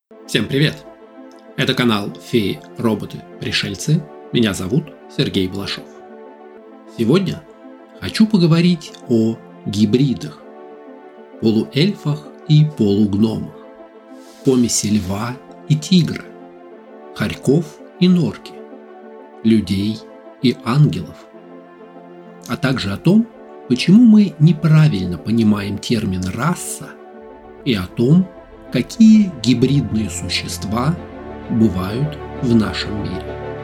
Всем привет! Это канал «Феи, роботы, пришельцы». Меня зовут Сергей Балашов. Сегодня хочу поговорить о гибридах, полуэльфах и полугномах, помеси льва и тигра, хорьков и норки, людей и ангелов, а также о том, почему мы неправильно понимаем термин «раса» и о том, какие гибридные существа бывают в нашем мире.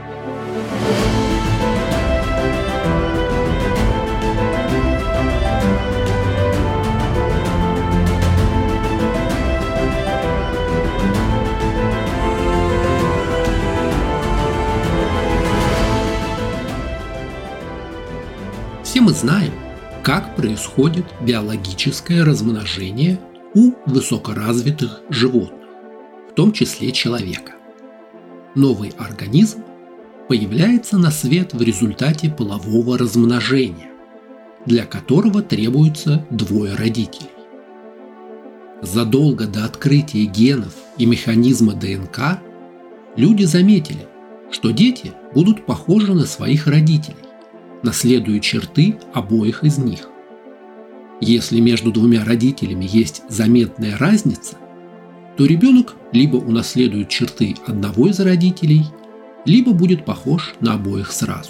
Все мы знаем, как происходит биологическое размножение у высокоразвитых животных, в том числе человека. Новый организм появляется на свет в результате полового размножения, для которого требуется двое родителей. Задолго до открытия генов и механизма ДНК люди заметили, что дети будут похожи на своих родителей, наследуя черты обоих из них. Если между двумя родителями есть заметная разница, то ребенок либо унаследует черты одного из родителей, либо будет похож на обоих сразу.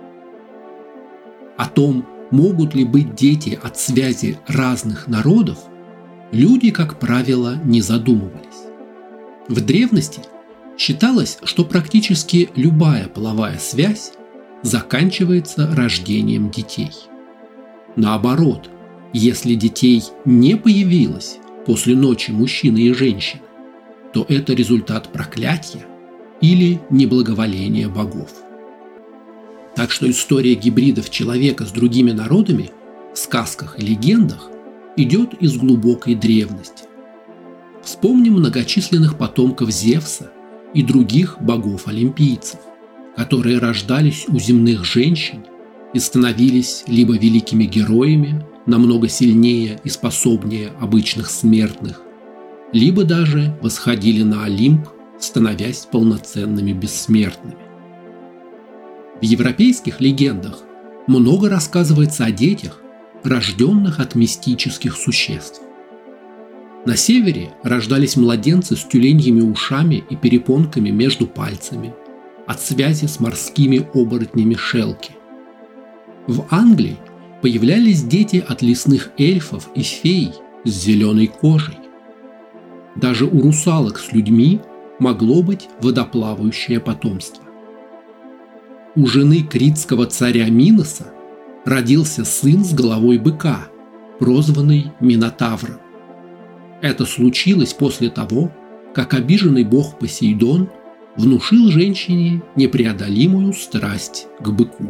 О том, могут ли быть дети от связи разных народов, люди, как правило, не задумывались. В древности считалось, что практически любая половая связь заканчивается рождением детей. Наоборот, если детей не появилось после ночи мужчины и женщины, то это результат проклятия или неблаговоления богов. Так что история гибридов человека с другими народами в сказках и легендах идет из глубокой древности. Вспомним многочисленных потомков Зевса и других богов-олимпийцев, которые рождались у земных женщин и становились либо великими героями, намного сильнее и способнее обычных смертных, либо даже восходили на Олимп, становясь полноценными бессмертными. В европейских легендах много рассказывается о детях, рожденных от мистических существ. На севере рождались младенцы с тюленьими ушами и перепонками между пальцами от связи с морскими оборотнями Шелки. В Англии появлялись дети от лесных эльфов и фей с зеленой кожей. Даже у русалок с людьми могло быть водоплавающее потомство. У жены критского царя Миноса родился сын с головой быка, прозванный Минотавром. Это случилось после того, как обиженный бог Посейдон внушил женщине непреодолимую страсть к быку.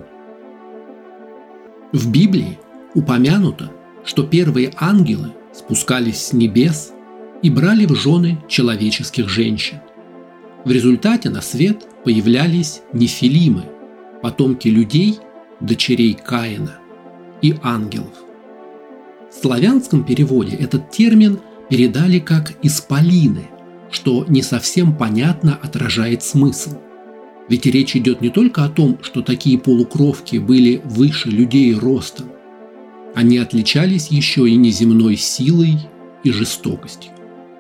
В Библии упомянуто, что первые ангелы спускались с небес и брали в жены человеческих женщин. В результате на свет появлялись нефилимы, потомки людей, дочерей Каина, и ангелов. В славянском переводе этот термин передали как «исполины», что не совсем понятно отражает смысл. Ведь речь идет не только о том, что такие полукровки были выше людей ростом. Они отличались еще и неземной силой и жестокостью.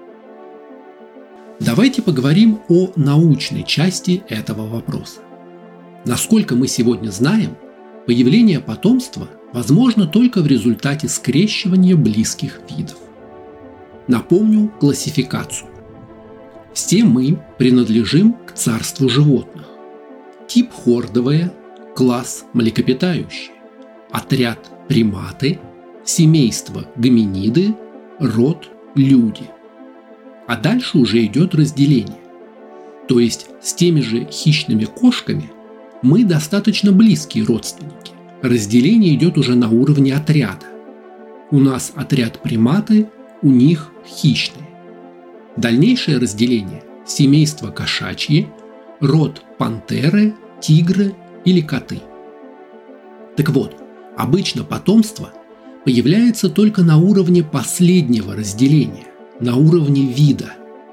Давайте поговорим о научной части этого вопроса. Насколько мы сегодня знаем, появление потомства возможно только в результате скрещивания близких видов. Напомню классификацию. Все мы принадлежим к царству животных. Тип хордовые, класс млекопитающие, отряд приматы, семейство гоминиды, род люди. А дальше уже идет разделение. То есть с теми же хищными кошками мы достаточно близкие родственники. Разделение идет уже на уровне отряда. У нас отряд приматы, у них хищные. Дальнейшее разделение – семейство кошачьи, род пантеры, тигры или коты. Так вот, обычно потомство появляется только на уровне последнего разделения, на уровне вида.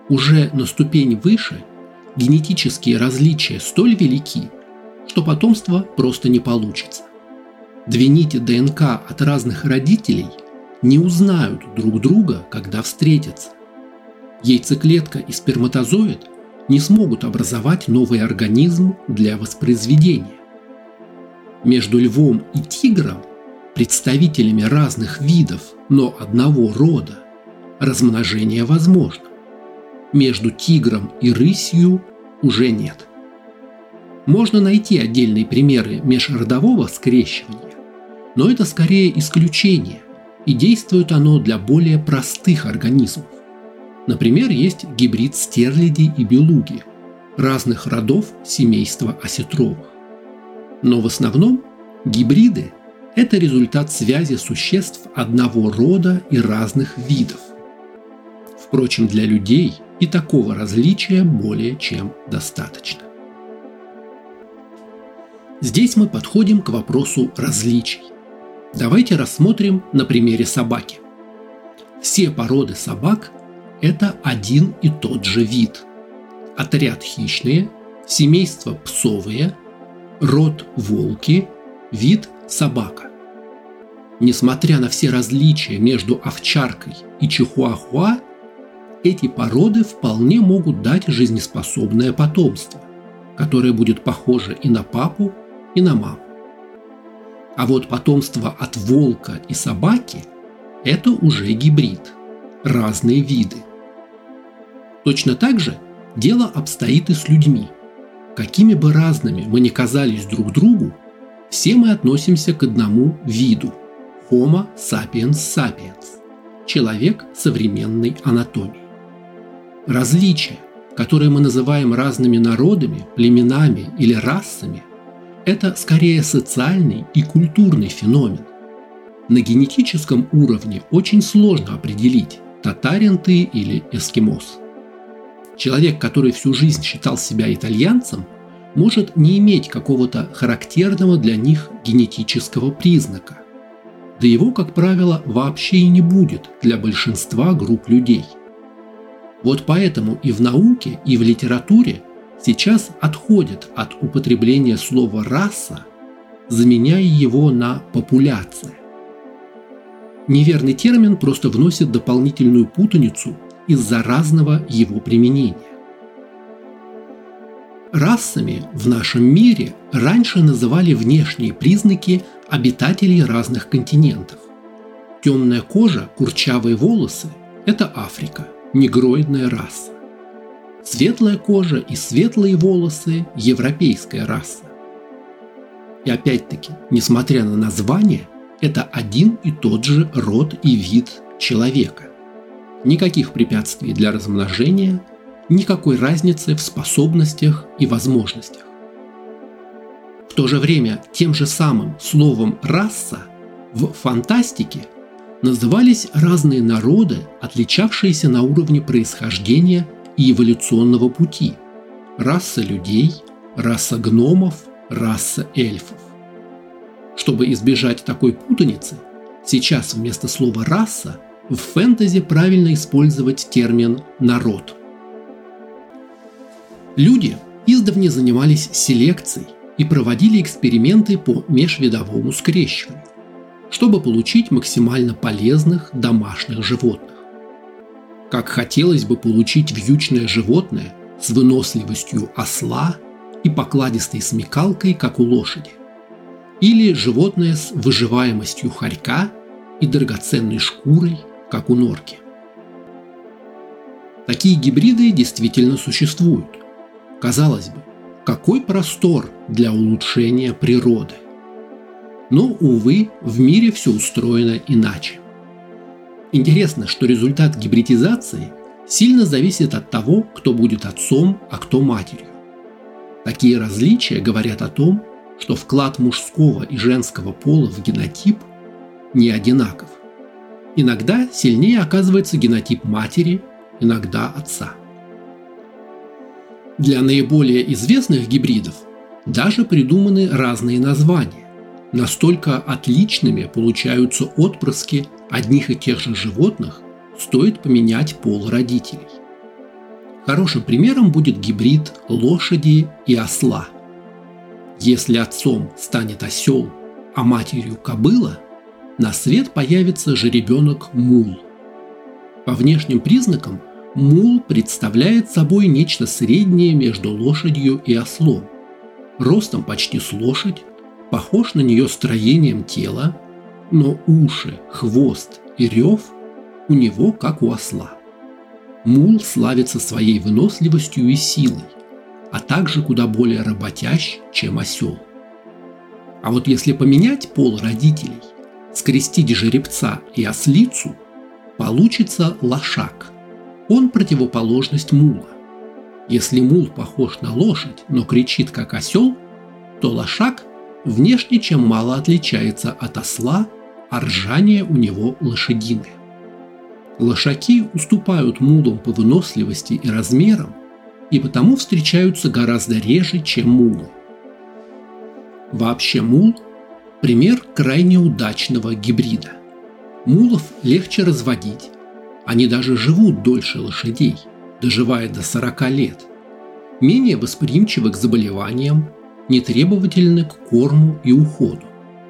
Уже на ступень выше генетические различия столь велики, что потомство просто не получится. Две нити ДНК от разных родителей не узнают друг друга, когда встретятся. Яйцеклетка и сперматозоид не смогут образовать новый организм для воспроизведения. Между львом и тигром, представителями разных видов, но одного рода, размножение возможно. Между тигром и рысью уже нет. Можно найти отдельные примеры межродового скрещивания, но это скорее исключение, и действует оно для более простых организмов. Например, есть гибрид стерляди и белуги, разных родов семейства осетровых. Но в основном гибриды – это результат связи существ одного рода и разных видов. Впрочем, для людей и такого различия более чем достаточно. Здесь мы подходим к вопросу различий. Давайте рассмотрим на примере собаки. Все породы собак – это один и тот же вид. Отряд хищные, семейство псовые, род волки, вид собака. Несмотря на все различия между овчаркой и чихуахуа, эти породы вполне могут дать жизнеспособное потомство, которое будет похоже и на папу, и на маму. А вот потомство от волка и собаки – это уже гибрид, разные виды. Точно так же дело обстоит и с людьми. Какими бы разными мы ни казались друг другу, все мы относимся к одному виду – Homo sapiens sapiens – человек современной анатомии. Различия, которые мы называем разными народами, племенами или расами, это скорее социальный и культурный феномен. На генетическом уровне очень сложно определить, татарин ты или эскимос. Человек, который всю жизнь считал себя итальянцем, может не иметь какого-то характерного для них генетического признака. Да его, как правило, вообще и не будет для большинства групп людей. Вот поэтому и в науке, и в литературе сейчас отходят от употребления слова «раса», заменяя его на «популяция». Неверный термин просто вносит дополнительную путаницу из-за разного его применения. Расами в нашем мире раньше называли внешние признаки обитателей разных континентов. Темная кожа, курчавые волосы – это Африка, негроидная раса. Светлая кожа и светлые волосы – европейская раса. И опять-таки, несмотря на название, это один и тот же род и вид человека. Никаких препятствий для размножения, никакой разницы в способностях и возможностях. В то же время тем же самым словом «раса» в фантастике назывались разные народы, отличавшиеся на уровне происхождения и эволюционного пути. Раса людей, раса гномов, раса эльфов. Чтобы избежать такой путаницы, сейчас вместо слова «раса» в фэнтези правильно использовать термин «народ». Люди издавна занимались селекцией и проводили эксперименты по межвидовому скрещиванию, чтобы получить максимально полезных домашних животных. Как хотелось бы получить вьючное животное с выносливостью осла и покладистой смекалкой, как у лошади, или животное с выживаемостью хорька и драгоценной шкурой, как у норки. Такие гибриды действительно существуют. Казалось бы, какой простор для улучшения природы. Но, увы, в мире все устроено иначе. Интересно, что результат гибридизации сильно зависит от того, кто будет отцом, а кто матерью. Такие различия говорят о том, что вклад мужского и женского пола в генотип не одинаков. Иногда сильнее оказывается генотип матери, иногда отца. Для наиболее известных гибридов даже придуманы разные названия. Настолько отличными получаются отпрыски одних и тех же животных, стоит поменять пол родителей. Хорошим примером будет гибрид лошади и осла. Если отцом станет осел, а матерью кобыла, на свет появится жеребенок мул. По внешним признакам мул представляет собой нечто среднее между лошадью и ослом. Ростом почти с лошадь, похож на нее строением тела, но уши, хвост и рев у него как у осла. Мул славится своей выносливостью и силой, а также куда более работящ, чем осел. А вот если поменять пол родителей, скрестить жеребца и ослицу, получится лошак. Он противоположность мула. Если мул похож на лошадь, но кричит как осел, то лошак внешне чем мало отличается от осла, а ржание у него лошадиное. Лошаки уступают мулам по выносливости и размерам, и потому встречаются гораздо реже, чем мулы. Вообще мул – пример крайне удачного гибрида. Мулов легче разводить, они даже живут дольше лошадей, доживая до 40 лет, менее восприимчивы к заболеваниям, нетребовательны к корму и уходу.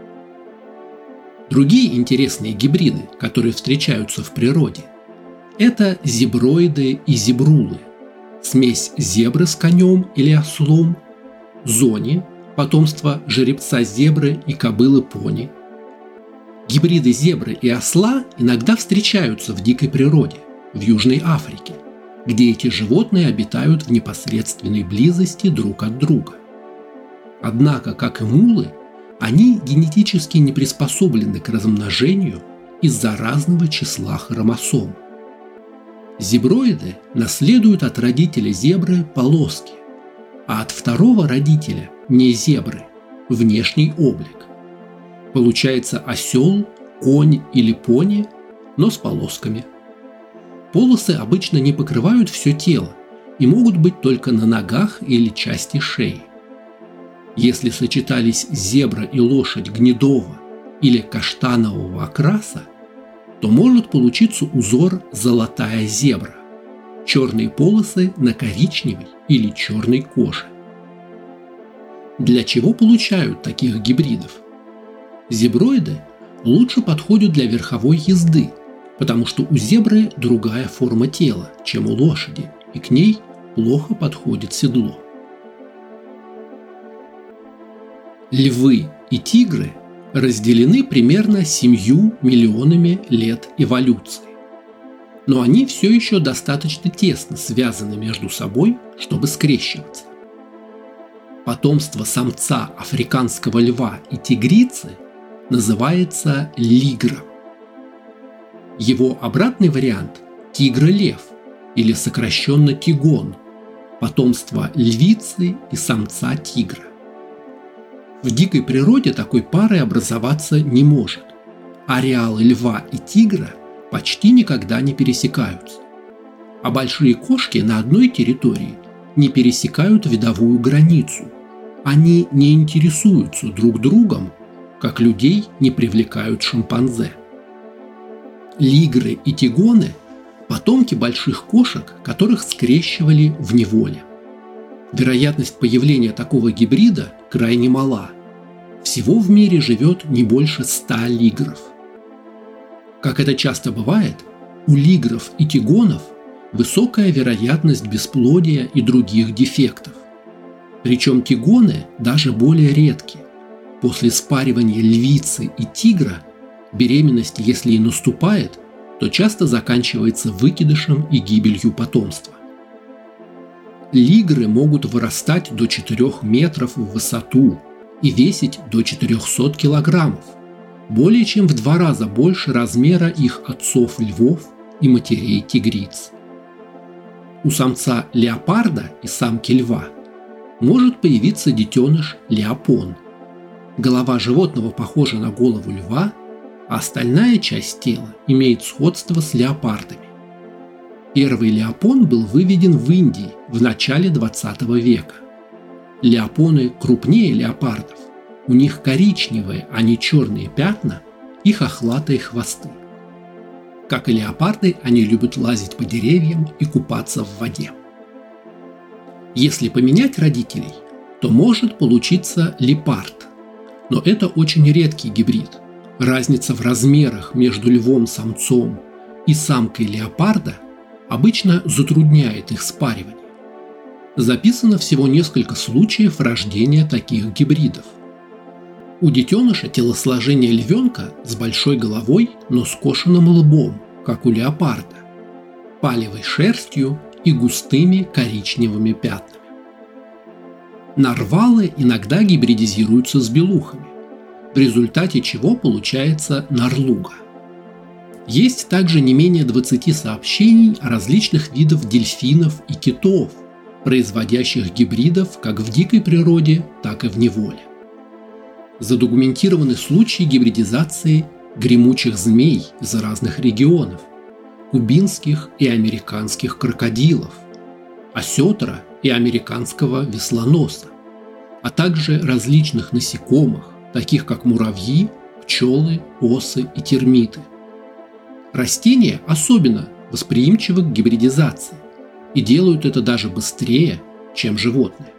Другие интересные гибриды, которые встречаются в природе, это зеброиды и зебрулы, смесь зебры с конем или ослом, зони, потомство жеребца зебры и кобылы пони. Гибриды зебры и осла иногда встречаются в дикой природе, в Южной Африке, где эти животные обитают в непосредственной близости друг от друга. Однако, как и мулы, они генетически не приспособлены к размножению из-за разного числа хромосом. Зеброиды наследуют от родителя зебры полоски, а от второго родителя, не зебры, внешний облик. Получается осел, конь или пони, но с полосками. Полосы обычно не покрывают все тело и могут быть только на ногах или части шеи. Если сочетались зебра и лошадь гнедого или каштанового окраса, то может получиться узор «золотая зебра» – черные полосы на коричневой или черной коже. Для чего получают таких гибридов? Зеброиды лучше подходят для верховой езды, потому что у зебры другая форма тела, чем у лошади, и к ней плохо подходит седло. Львы и тигры разделены примерно 7 миллионами лет эволюции. Но они все еще достаточно тесно связаны между собой, чтобы скрещиваться. Потомство самца африканского льва и тигрицы называется лигром. Его обратный вариант – тигр-лев или сокращенно тигон, потомство львицы и самца тигра. В дикой природе такой пары образоваться не может. Ареалы льва и тигра почти никогда не пересекаются. А большие кошки на одной территории не пересекают видовую границу. Они не интересуются друг другом, как людей не привлекают шимпанзе. Лигры и тигоны – потомки больших кошек, которых скрещивали в неволе. Вероятность появления такого гибрида крайне мала. Всего в мире живет не больше 100 лигров. Как это часто бывает, у лигров и тигонов высокая вероятность бесплодия и других дефектов. Причем тигоны даже более редки. После спаривания львицы и тигра беременность, если и наступает, то часто заканчивается выкидышем и гибелью потомства. Лигры могут вырастать до 4 метров в высоту и весить до 400 килограммов, более чем в 2 раза больше размера их отцов-львов и матерей тигриц. У самца леопарда и самки льва может появиться детеныш леопон. Голова животного похожа на голову льва, а остальная часть тела имеет сходство с леопардами. Первый леопон был выведен в Индии в начале 20 века. Леопоны крупнее леопардов, у них коричневые, а не черные пятна и хохлатые хвосты. Как и леопарды, они любят лазить по деревьям и купаться в воде. Если поменять родителей, то может получиться лепард. Но это очень редкий гибрид. Разница в размерах между львом-самцом и самкой леопарда обычно затрудняет их спаривание. Записано всего несколько случаев рождения таких гибридов. У детеныша телосложение львенка с большой головой, но скошенным лбом, как у леопарда, палевой шерстью и густыми коричневыми пятнами. Нарвалы иногда гибридизируются с белухами, в результате чего получается нарлуга. Есть также не менее 20 сообщений о различных видах дельфинов и китов, производящих гибридов как в дикой природе, так и в неволе. Задокументированы случаи гибридизации гремучих змей из разных регионов, кубинских и американских крокодилов, осетра и американского веслоноса, а также различных насекомых, таких как муравьи, пчелы, осы и термиты. Растения особенно восприимчивы к гибридизации и делают это даже быстрее, чем животные.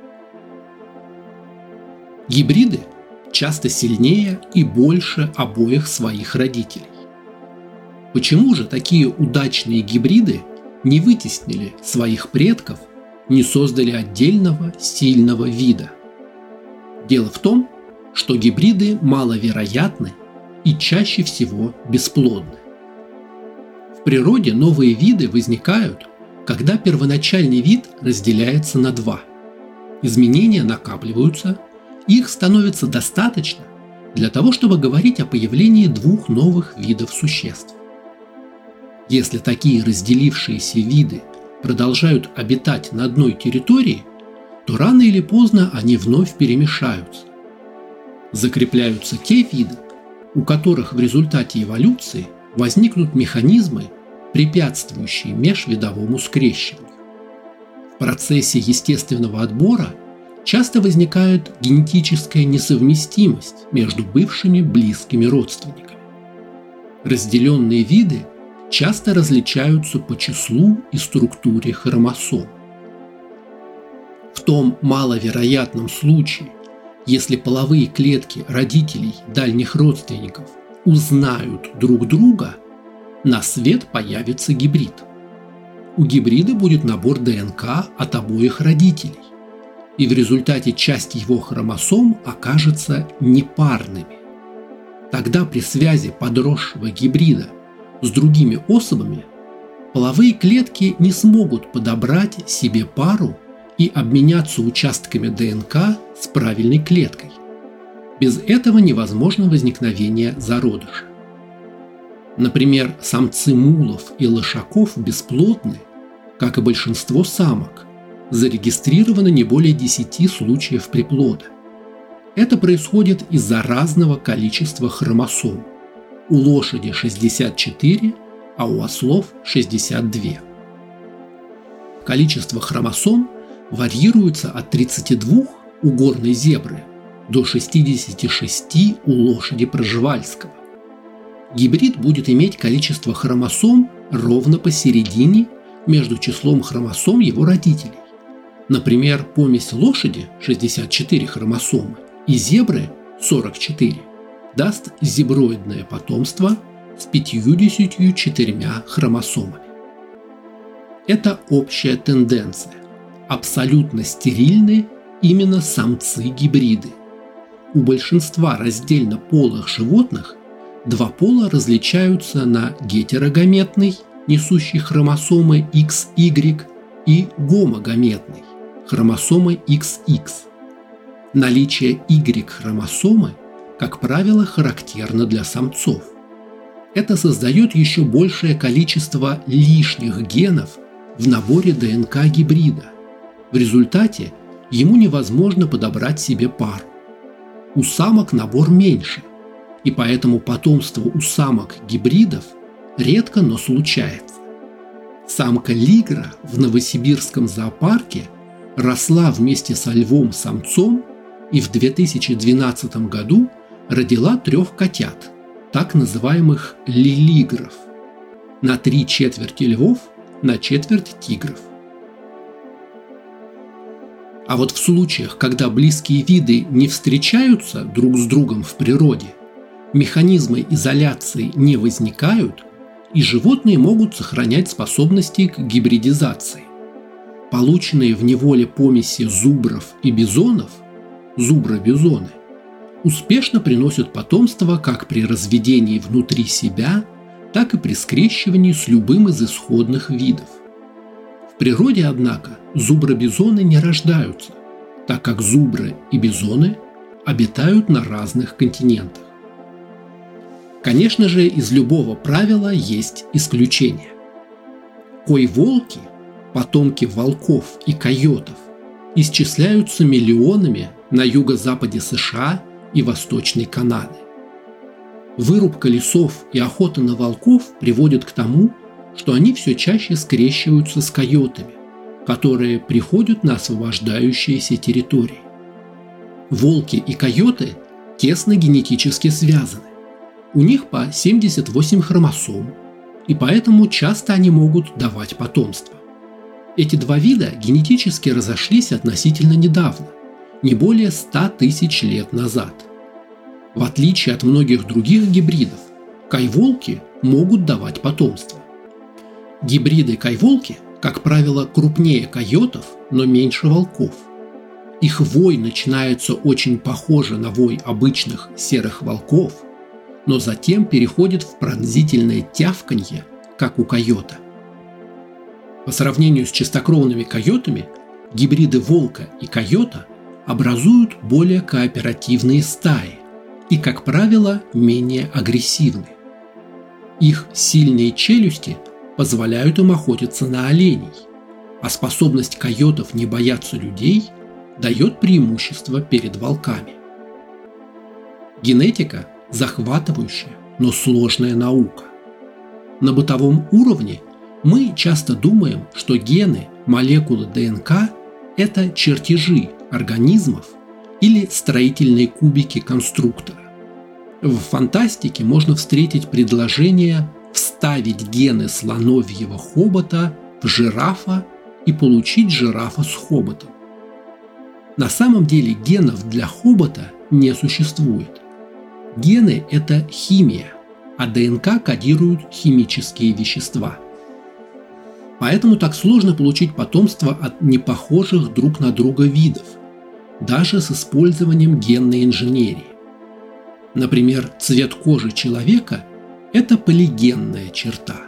Гибриды часто сильнее и больше обоих своих родителей. Почему же такие удачные гибриды не вытеснили своих предков, не создали отдельного сильного вида? Дело в том, что гибриды маловероятны и чаще всего бесплодны. В природе новые виды возникают, когда первоначальный вид разделяется на два. Изменения накапливаются, их становится достаточно для того, чтобы говорить о появлении двух новых видов существ. Если такие разделившиеся виды продолжают обитать на одной территории, то рано или поздно они вновь перемешаются. Закрепляются те виды, у которых в результате эволюции возникнут механизмы, препятствующие межвидовому скрещиванию. В процессе естественного отбора часто возникает генетическая несовместимость между бывшими близкими родственниками. Разделенные виды часто различаются по числу и структуре хромосом. В том маловероятном случае, если половые клетки родителей дальних родственников узнают друг друга, на свет появится гибрид. У гибрида будет набор ДНК от обоих родителей, и в результате часть его хромосом окажется непарными. Тогда при связи подросшего гибрида с другими особями половые клетки не смогут подобрать себе пару и обменяться участками ДНК с правильной клеткой. Без этого невозможно возникновение зародыша. Например, самцы мулов и лошаков бесплодны, как и большинство самок. Зарегистрировано не более 10 случаев приплода. Это происходит из-за разного количества хромосом. У лошади 64, а у ослов 62. Количество хромосом варьируется от 32 у горной зебры до 66 у лошади Пржевальского. Гибрид будет иметь количество хромосом ровно посередине между числом хромосом его родителей. Например, помесь лошади 64 хромосомы и зебры 44 даст зеброидное потомство с 54 хромосомами. Это общая тенденция. Абсолютно стерильны именно самцы-гибриды. У большинства раздельно полых животных два пола различаются на гетерогаметный, несущий хромосомы XY, и гомогаметный, хромосомы XX. Наличие Y-хромосомы, как правило, характерно для самцов. Это создает еще большее количество лишних генов в наборе ДНК гибрида. В результате ему невозможно подобрать себе пару. У самок набор меньше, и поэтому потомство у самок гибридов редко, но случается. Самка лигра в Новосибирском зоопарке росла вместе со львом-самцом и в 2012 году родила 3 котят, так называемых лилигров, на 3/4 львов, на 1/4 тигров. А вот в случаях, когда близкие виды не встречаются друг с другом в природе, механизмы изоляции не возникают, и животные могут сохранять способности к гибридизации. Полученные в неволе помеси зубров и бизонов, зубры-бизоны, успешно приносят потомство как при разведении внутри себя, так и при скрещивании с любым из исходных видов. В природе, однако, зубры-бизоны не рождаются, так как зубры и бизоны обитают на разных континентах. Конечно же, из любого правила есть исключения. Койволки, потомки волков и койотов, исчисляются миллионами на юго-западе США и Восточной Канады. Вырубка лесов и охота на волков приводит к тому, что они все чаще скрещиваются с койотами, которые приходят на освобождающиеся территории. Волки и койоты тесно генетически связаны. У них по 78 хромосом, и поэтому часто они могут давать потомство. Эти два вида генетически разошлись относительно недавно, не более 100 тысяч лет назад. В отличие от многих других гибридов, койволки могут давать потомство. Гибриды-койволки, как правило, крупнее койотов, но меньше волков. Их вой начинается очень похоже на вой обычных серых волков, но затем переходит в пронзительное тявканье, как у койота. По сравнению с чистокровными койотами, гибриды волка и койота образуют более кооперативные стаи и, как правило, менее агрессивны. Их сильные челюсти позволяют им охотиться на оленей, а способность койотов не бояться людей дает преимущество перед волками. Генетика – захватывающая, но сложная наука. На бытовом уровне мы часто думаем, что гены, молекулы ДНК – это чертежи организмов или строительные кубики конструктора. В фантастике можно встретить предложение вставить гены слоновьего хобота в жирафа и получить жирафа с хоботом. На самом деле генов для хобота не существует. Гены – это химия, а ДНК кодируют химические вещества. Поэтому так сложно получить потомство от непохожих друг на друга видов, даже с использованием генной инженерии. Например, цвет кожи человека – это полигенная черта.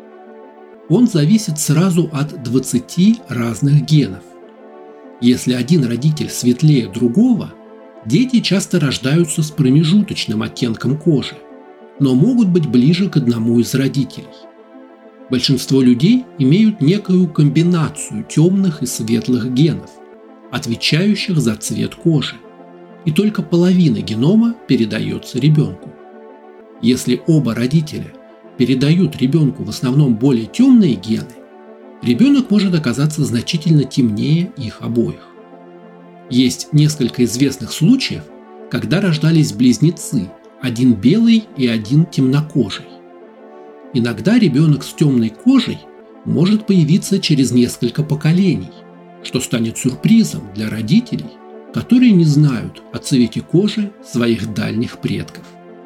Он зависит сразу от 20 разных генов. Если один родитель светлее другого, дети часто рождаются с промежуточным оттенком кожи, но могут быть ближе к одному из родителей. Большинство людей имеют некую комбинацию темных и светлых генов, отвечающих за цвет кожи, и только половина генома передается ребенку. Если оба родителя передают ребенку в основном более темные гены, ребенок может оказаться значительно темнее их обоих. Есть несколько известных случаев, когда рождались близнецы, один белый и один темнокожий. Иногда ребенок с темной кожей может появиться через несколько поколений, что станет сюрпризом для родителей, которые не знают о цвете кожи своих дальних предков.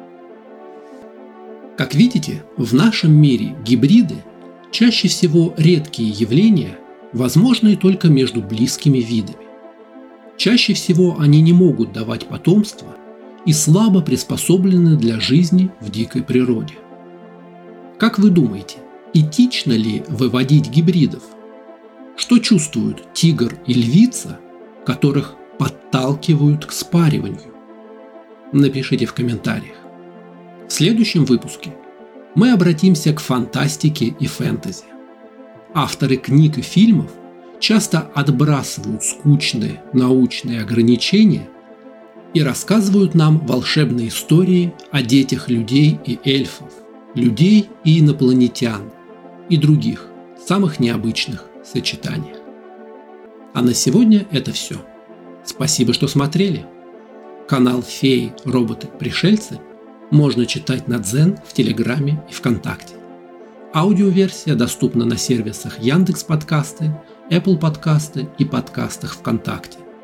Как видите, в нашем мире гибриды чаще всего редкие явления, возможные только между близкими видами. Чаще всего они не могут давать потомство и слабо приспособлены для жизни в дикой природе. Как вы думаете, этично ли выводить гибридов? Что чувствуют тигр и львица, которых подталкивают к спариванию? Напишите в комментариях. В следующем выпуске мы обратимся к фантастике и фэнтези. Авторы книг и фильмов часто отбрасывают скучные научные ограничения и рассказывают нам волшебные истории о детях людей и эльфов, людей и инопланетян и других самых необычных сочетаниях. А на сегодня это все. Спасибо, что смотрели. Канал «Феи, роботы, пришельцы» можно читать на Дзен, в Телеграме и ВКонтакте. Аудиоверсия доступна на сервисах Яндекс.Подкасты, Apple Подкасты и подкастах ВКонтакте.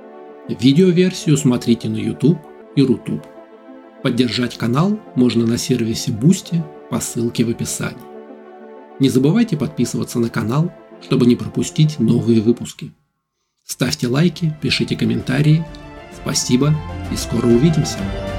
Видеоверсию смотрите на YouTube и Рутуб. Поддержать канал можно на сервисе Boosty по ссылке в описании. Не забывайте подписываться на канал, чтобы не пропустить новые выпуски. Ставьте лайки, пишите комментарии. Спасибо и скоро увидимся!